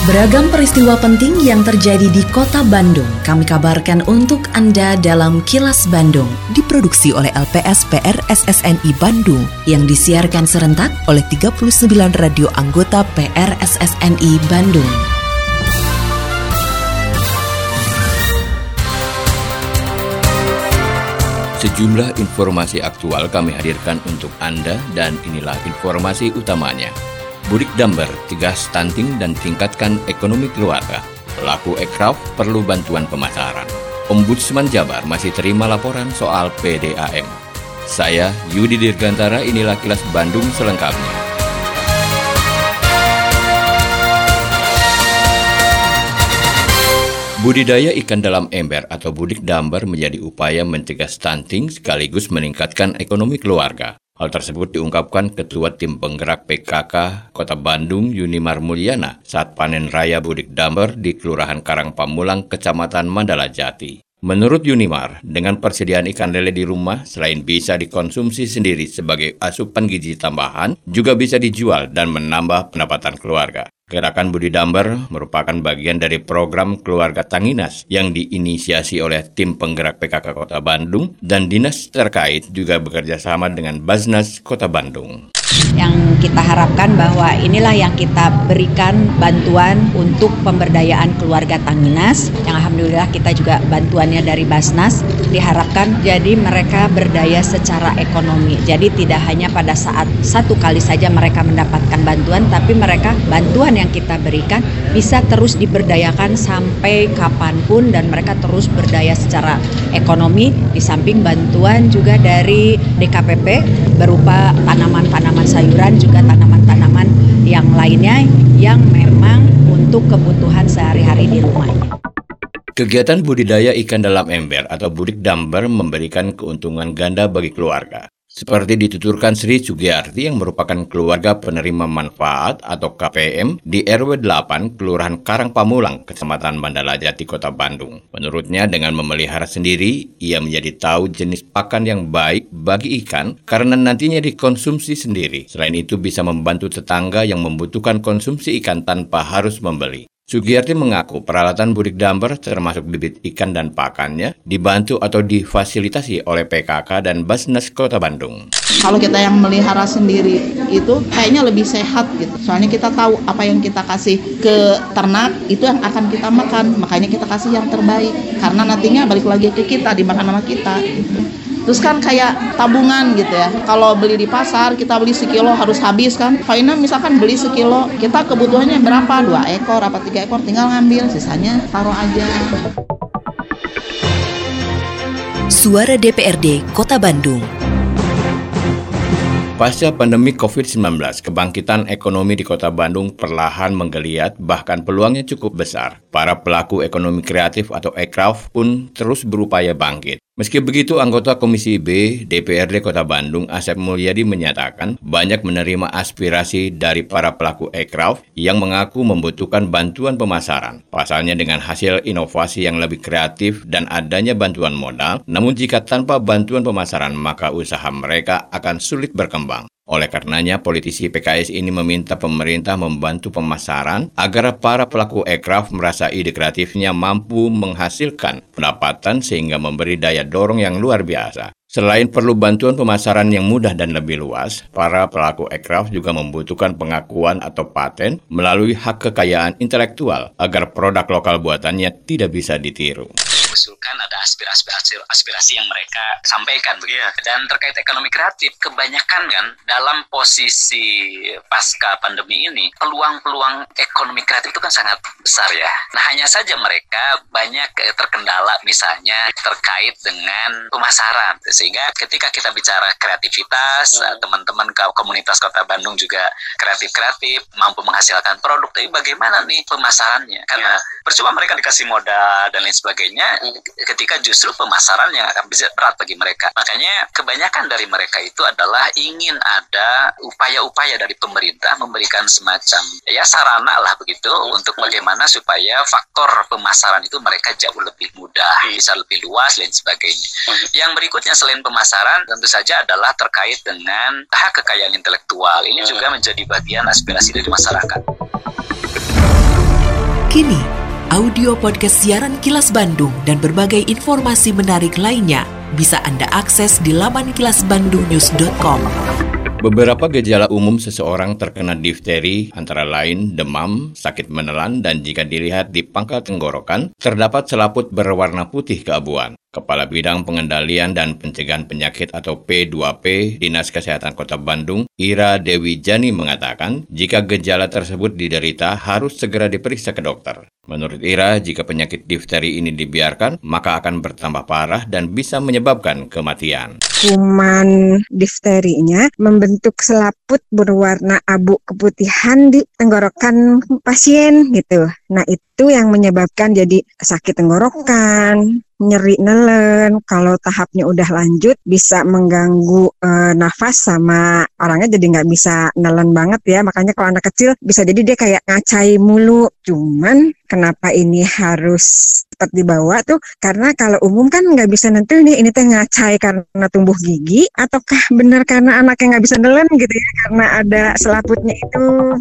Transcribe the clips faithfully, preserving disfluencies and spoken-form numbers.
Beragam peristiwa penting yang terjadi di Kota Bandung kami kabarkan untuk Anda dalam Kilas Bandung. Diproduksi oleh L P S P R S S N I Bandung yang disiarkan serentak oleh tiga puluh sembilan radio anggota P R S S N I Bandung. Sejumlah informasi aktual kami hadirkan untuk Anda dan inilah informasi utamanya. Budik Damber, cegah stunting dan tingkatkan ekonomi keluarga. Pelaku ekraf perlu bantuan pemasaran. Ombudsman Jabar masih terima laporan soal P D A M. Saya Yudi Dirgantara, inilah Kilas Bandung selengkapnya. Budidaya ikan dalam ember atau budik damber menjadi upaya mencegah stunting sekaligus meningkatkan ekonomi keluarga. Hal tersebut diungkapkan Ketua Tim Penggerak P K K Kota Bandung Yunimar Mulyana saat panen raya budik damber di Kelurahan Karangpamulang, Kecamatan Mandala Jati. Menurut Yunimar, dengan persediaan ikan lele di rumah, selain bisa dikonsumsi sendiri sebagai asupan gizi tambahan, juga bisa dijual dan menambah pendapatan keluarga. Gerakan Budi Damber merupakan bagian dari program Keluarga Tanginas yang diinisiasi oleh Tim Penggerak P K K Kota Bandung dan dinas terkait juga bekerja sama dengan Basnas Kota Bandung. Yang kita harapkan bahwa inilah yang kita berikan bantuan untuk pemberdayaan keluarga Tanginas, yang alhamdulillah kita juga bantuannya dari Basnas, diharapkan jadi mereka berdaya secara ekonomi. Jadi tidak hanya pada saat satu kali saja mereka mendapatkan bantuan, tapi mereka bantuan yang kita berikan bisa terus diberdayakan sampai kapanpun dan mereka terus berdaya secara ekonomi, di samping bantuan juga dari D K P P berupa tanaman-tanaman sayuran juga tanaman-tanaman yang lainnya yang memang untuk kebutuhan sehari-hari di rumahnya. Kegiatan budidaya ikan dalam ember atau budik damber memberikan keuntungan ganda bagi keluarga. Seperti dituturkan Sri Sugiyarti yang merupakan keluarga penerima manfaat atau K P M di R W delapan Kelurahan Karangpamulang, Kecamatan Mandala Jati, Kota Bandung. Menurutnya dengan memelihara sendiri, ia menjadi tahu jenis pakan yang baik bagi ikan karena nantinya dikonsumsi sendiri. Selain itu bisa membantu tetangga yang membutuhkan konsumsi ikan tanpa harus membeli. Sugiyarti mengaku peralatan budik damber termasuk bibit ikan dan pakannya dibantu atau difasilitasi oleh P K K dan Basnas Kota Bandung. Kalau kita yang melihara sendiri itu kayaknya lebih sehat gitu. Soalnya kita tahu apa yang kita kasih ke ternak itu yang akan kita makan. Makanya kita kasih yang terbaik. Karena nantinya balik lagi ke kita, dimakan sama kita. Terus kan kayak tabungan gitu ya. Kalau beli di pasar, kita beli sekilo harus habis kan. Faina misalkan beli sekilo, kita kebutuhannya berapa? Dua ekor, apa tiga ekor, tinggal ngambil. Sisanya taruh aja. Suara D P R D Kota Bandung. Pasca pandemi covid sembilan belas, kebangkitan ekonomi di Kota Bandung perlahan menggeliat, bahkan peluangnya cukup besar. Para pelaku ekonomi kreatif atau ekraf pun terus berupaya bangkit. Meski begitu, anggota Komisi B D P R D Kota Bandung, Asep Mulyadi, menyatakan banyak menerima aspirasi dari para pelaku ekraf yang mengaku membutuhkan bantuan pemasaran. Pasalnya dengan hasil inovasi yang lebih kreatif dan adanya bantuan modal, namun jika tanpa bantuan pemasaran maka usaha mereka akan sulit berkembang. Oleh karenanya, politisi P K S ini meminta pemerintah membantu pemasaran agar para pelaku ekraf merasa ide kreatifnya mampu menghasilkan pendapatan sehingga memberi daya dorong yang luar biasa. Selain perlu bantuan pemasaran yang mudah dan lebih luas, para pelaku ekraf juga membutuhkan pengakuan atau paten melalui hak kekayaan intelektual agar produk lokal buatannya tidak bisa ditiru. Usulkan ada aspirasi aspirasi yang mereka sampaikan begitu. Yeah. Dan terkait ekonomi kreatif, kebanyakan kan dalam posisi pasca pandemi ini peluang-peluang ekonomi kreatif itu kan sangat besar ya. Nah hanya saja mereka banyak terkendala misalnya terkait dengan pemasaran. Sehingga ketika kita bicara kreativitas, hmm. teman-teman komunitas Kota Bandung juga kreatif-kreatif mampu menghasilkan produk. Tapi bagaimana nih pemasarannya? Karena yeah. percuma mereka dikasih modal dan lain sebagainya. Ketika justru pemasaran yang akan bisa berat bagi mereka. Makanya kebanyakan dari mereka itu adalah ingin ada upaya-upaya dari pemerintah memberikan semacam ya sarana lah begitu untuk bagaimana supaya faktor pemasaran itu mereka jauh lebih mudah, bisa lebih luas dan sebagainya. Yang berikutnya selain pemasaran tentu saja adalah terkait dengan hak kekayaan intelektual. Ini juga menjadi bagian aspirasi dari masyarakat. Kini, audio podcast siaran Kilas Bandung dan berbagai informasi menarik lainnya bisa Anda akses di laman kilas bandung news dot com. Beberapa gejala umum seseorang terkena difteri antara lain demam, sakit menelan, dan jika dilihat di pangkal tenggorokan, terdapat selaput berwarna putih keabuan. Kepala Bidang Pengendalian dan Pencegahan Penyakit atau P dua P Dinas Kesehatan Kota Bandung, Ira Dewi Jani mengatakan, jika gejala tersebut diderita harus segera diperiksa ke dokter. Menurut Ira, jika penyakit difteri ini dibiarkan, maka akan bertambah parah dan bisa menyebabkan kematian. Kuman difterinya membentuk selaput berwarna abu keputihan di tenggorokan pasien gitu. Nah, itu yang menyebabkan jadi sakit tenggorokan, nyeri nelen. Kalau tahapnya udah lanjut bisa mengganggu e, nafas sama orangnya jadi nggak bisa nelen banget ya. Makanya kalau anak kecil bisa jadi dia kayak ngacai mulu. Cuman kenapa ini harus cepat dibawa tuh? Karena kalau umum kan nggak bisa nentuin nih ini teh ngacai karena tumbuh gigi ataukah benar karena anaknya nggak bisa nelen gitu ya karena ada selaputnya itu.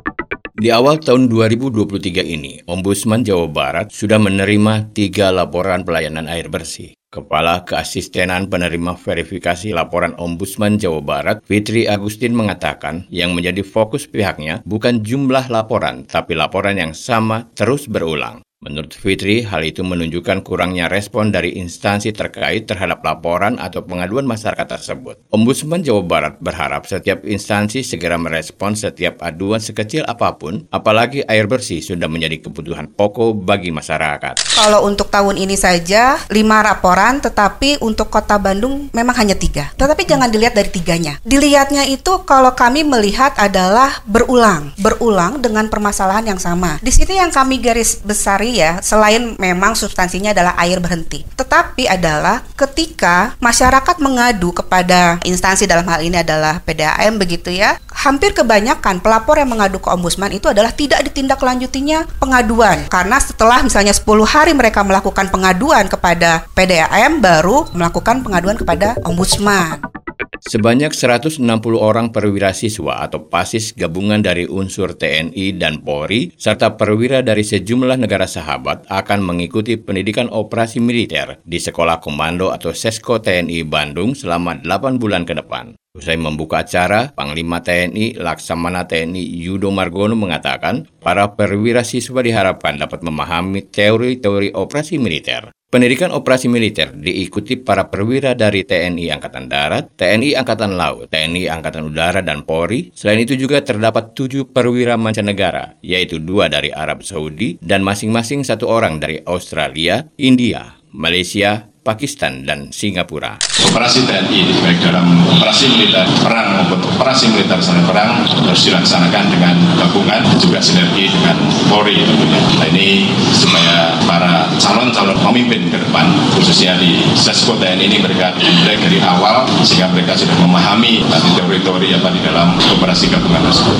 Di awal tahun dua ribu dua puluh tiga ini, Ombudsman Jawa Barat sudah menerima tiga laporan pelayanan air bersih. Kepala Keasistenan Penerima Verifikasi Laporan Ombudsman Jawa Barat, Fitri Agustin mengatakan yang menjadi fokus pihaknya bukan jumlah laporan, tapi laporan yang sama terus berulang. Menurut Fitri, hal itu menunjukkan kurangnya respon dari instansi terkait terhadap laporan atau pengaduan masyarakat tersebut. Ombudsman Jawa Barat berharap setiap instansi segera merespon setiap aduan sekecil apapun, apalagi air bersih sudah menjadi kebutuhan pokok bagi masyarakat. Kalau untuk tahun ini saja, lima laporan, tetapi untuk Kota Bandung memang hanya tiga. Tetapi jangan dilihat dari tiganya. Dilihatnya itu kalau kami melihat adalah berulang. Berulang dengan permasalahan yang sama. Di sini yang kami garis besar ya, selain memang substansinya adalah air berhenti, tetapi adalah ketika masyarakat mengadu kepada instansi, dalam hal ini adalah P D A M begitu ya, hampir kebanyakan pelapor yang mengadu ke Ombudsman itu adalah tidak ditindaklanjutinya pengaduan, karena setelah misalnya sepuluh hari mereka melakukan pengaduan kepada P D A M baru melakukan pengaduan kepada Ombudsman. Sebanyak seratus enam puluh orang perwira siswa atau PASIS gabungan dari unsur T N I dan Polri serta perwira dari sejumlah negara sahabat akan mengikuti pendidikan operasi militer di Sekolah Komando atau Sesko T N I Bandung selama delapan bulan ke depan. Usai membuka acara, Panglima T N I Laksamana T N I Yudo Margono mengatakan, para perwira siswa diharapkan dapat memahami teori-teori operasi militer. Pendidikan operasi militer diikuti para perwira dari T N I Angkatan Darat, T N I Angkatan Laut, T N I Angkatan Udara, dan Polri. Selain itu juga terdapat tujuh perwira mancanegara, yaitu dua dari Arab Saudi dan masing-masing satu orang dari Australia, India, Malaysia, Pakistan, dan Singapura. Operasi T N I baik dalam operasi militer perang maupun operasi militer selain perang harus dilaksanakan dengan gabungan juga sinergi dengan Polri. Nah, ini supaya para calon-calon pemimpin ke depan khususnya di Sesko T N I ini mereka dimulai dari awal sehingga mereka sudah memahami tadi teori-teori apa di dalam operasi gabungan tersebut.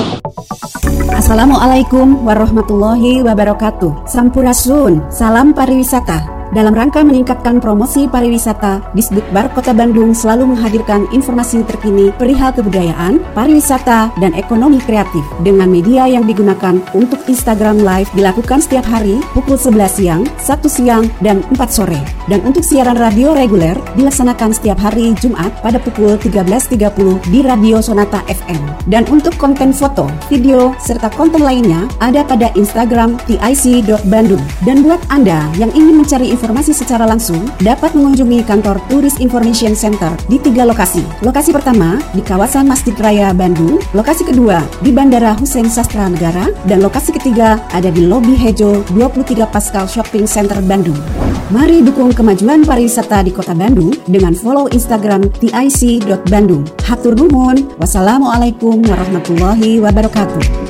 Assalamualaikum warahmatullahi wabarakatuh. Sampurasun, salam pariwisata. Dalam rangka meningkatkan promosi pariwisata, Disdukbar Kota Bandung selalu menghadirkan informasi terkini perihal kebudayaan, pariwisata, dan ekonomi kreatif dengan media yang digunakan untuk Instagram Live dilakukan setiap hari pukul sebelas siang, satu siang, dan empat sore. Dan untuk siaran radio reguler dilaksanakan setiap hari Jumat pada pukul tiga belas tiga puluh di Radio Sonata F M. Dan untuk konten foto, video, serta konten lainnya ada pada Instagram T I C dot bandung. Dan buat Anda yang ingin mencari informasi secara langsung, dapat mengunjungi kantor Tourist Information Center di tiga lokasi. Lokasi pertama di kawasan Masjid Raya Bandung, lokasi kedua di Bandara Hussein Sastra Negara, dan lokasi ketiga ada di Lobi Hejo dua puluh tiga Pascal Shopping Center Bandung. Mari dukung kemajuan pariwisata di Kota Bandung dengan follow Instagram T I C dot bandung. Hatur nuhun. Wassalamualaikum warahmatullahi wabarakatuh.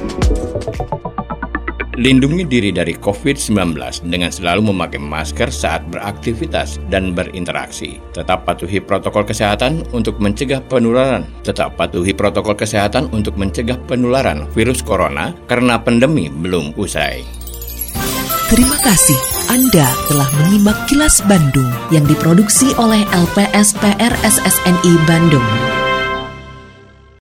Lindungi diri dari covid sembilan belas dengan selalu memakai masker saat beraktivitas dan berinteraksi. Tetap patuhi protokol kesehatan untuk mencegah penularan. Tetap patuhi protokol kesehatan untuk mencegah penularan virus corona karena pandemi belum usai. Terima kasih Anda telah menyimak Kilas Bandung yang diproduksi oleh L P S P R S S N I Bandung.